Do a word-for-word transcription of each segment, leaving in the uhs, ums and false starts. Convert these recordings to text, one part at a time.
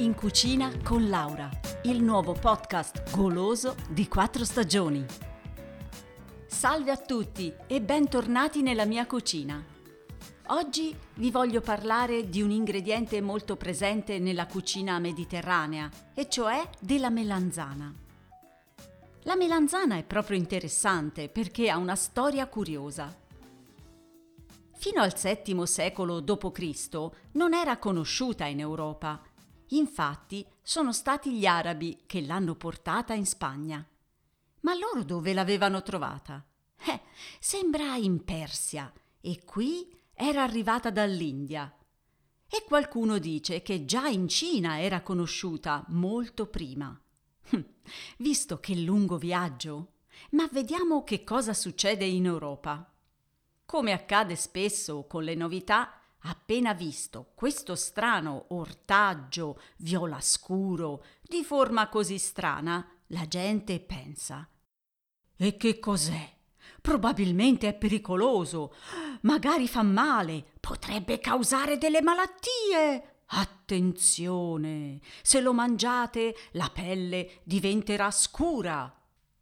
In cucina con Laura, il nuovo podcast goloso di Quattro Stagioni. Salve a tutti e bentornati nella mia cucina. Oggi vi voglio parlare di un ingrediente molto presente nella cucina mediterranea, e cioè della melanzana. La melanzana è proprio interessante perché ha una storia curiosa. Fino al settimo secolo dopo Cristo non era conosciuta in Europa. Infatti sono stati gli arabi che l'hanno portata in Spagna. Ma loro dove l'avevano trovata? Eh, sembra in Persia, e qui era arrivata dall'India. E qualcuno dice che già in Cina era conosciuta molto prima. Visto che lungo viaggio, ma vediamo che cosa succede in Europa. Come accade spesso con le novità, appena visto questo strano ortaggio viola scuro di forma così strana, la gente pensa: e che cos'è? Probabilmente è pericoloso, magari fa male, potrebbe causare delle malattie. Attenzione, se lo mangiate la pelle diventerà scura.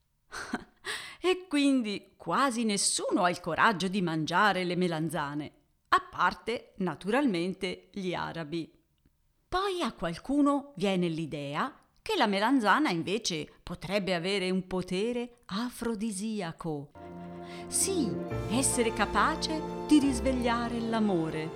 E quindi quasi nessuno ha il coraggio di mangiare le melanzane, a parte naturalmente gli arabi. Poi a qualcuno viene l'idea che la melanzana invece potrebbe avere un potere afrodisiaco. Sì, essere capace di risvegliare l'amore.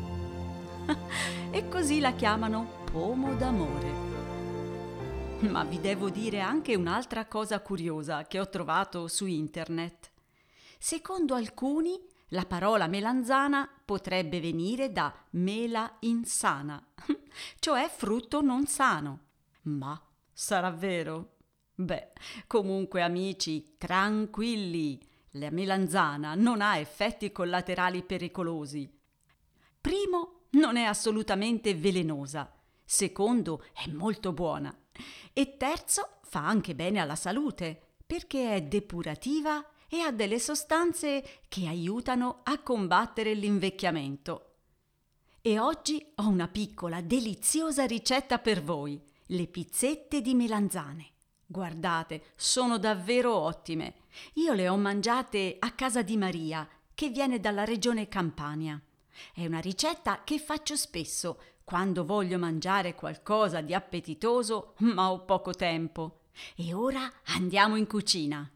E così la chiamano pomo d'amore. Ma vi devo dire anche un'altra cosa curiosa che ho trovato su internet. Secondo alcuni, la parola melanzana potrebbe venire da mela insana, cioè frutto non sano. Ma sarà vero? Beh, comunque amici, tranquilli, la melanzana non ha effetti collaterali pericolosi. Primo, non è assolutamente velenosa. Secondo, è molto buona. E terzo, fa anche bene alla salute, perché è depurativa e ha delle sostanze che aiutano a combattere l'invecchiamento. E oggi ho una piccola, deliziosa ricetta per voi, le pizzette di melanzane. Guardate, sono davvero ottime. Io le ho mangiate a casa di Maria, che viene dalla regione Campania. È una ricetta che faccio spesso quando voglio mangiare qualcosa di appetitoso, ma ho poco tempo. E ora andiamo in cucina.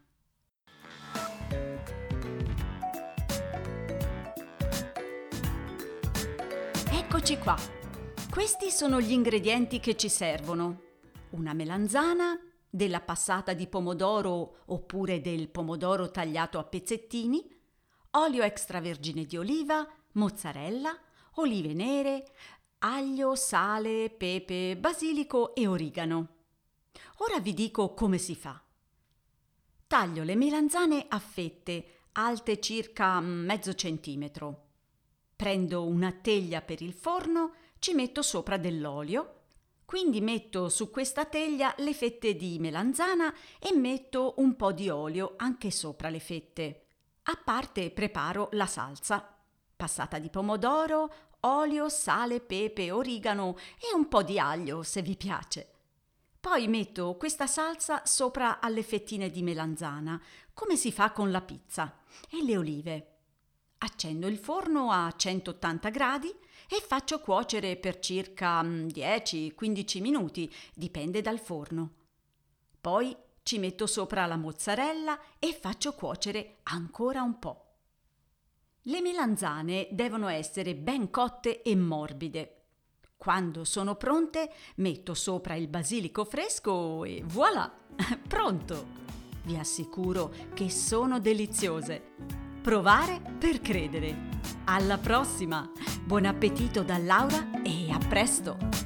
Eccoci qua. Questi sono gli ingredienti che ci servono: una melanzana, della passata di pomodoro oppure del pomodoro tagliato a pezzettini, olio extravergine di oliva, mozzarella, olive nere, aglio, sale, pepe, basilico e origano. Ora vi dico come si fa. Taglio le melanzane a fette, alte circa mezzo centimetro. Prendo una teglia per il forno, ci metto sopra dell'olio, quindi metto su questa teglia le fette di melanzana e metto un po' di olio anche sopra le fette. A parte preparo la salsa, passata di pomodoro, olio, sale, pepe, origano e un po' di aglio se vi piace. Poi metto questa salsa sopra alle fettine di melanzana, come si fa con la pizza, e le olive. Accendo il forno a centottanta gradi e faccio cuocere per circa dieci quindici minuti, dipende dal forno. Poi ci metto sopra la mozzarella e faccio cuocere ancora un po'. Le melanzane devono essere ben cotte e morbide. Quando sono pronte, metto sopra il basilico fresco e voilà, pronto! Vi assicuro che sono deliziose. Provare per credere. Alla prossima! Buon appetito da Laura e a presto!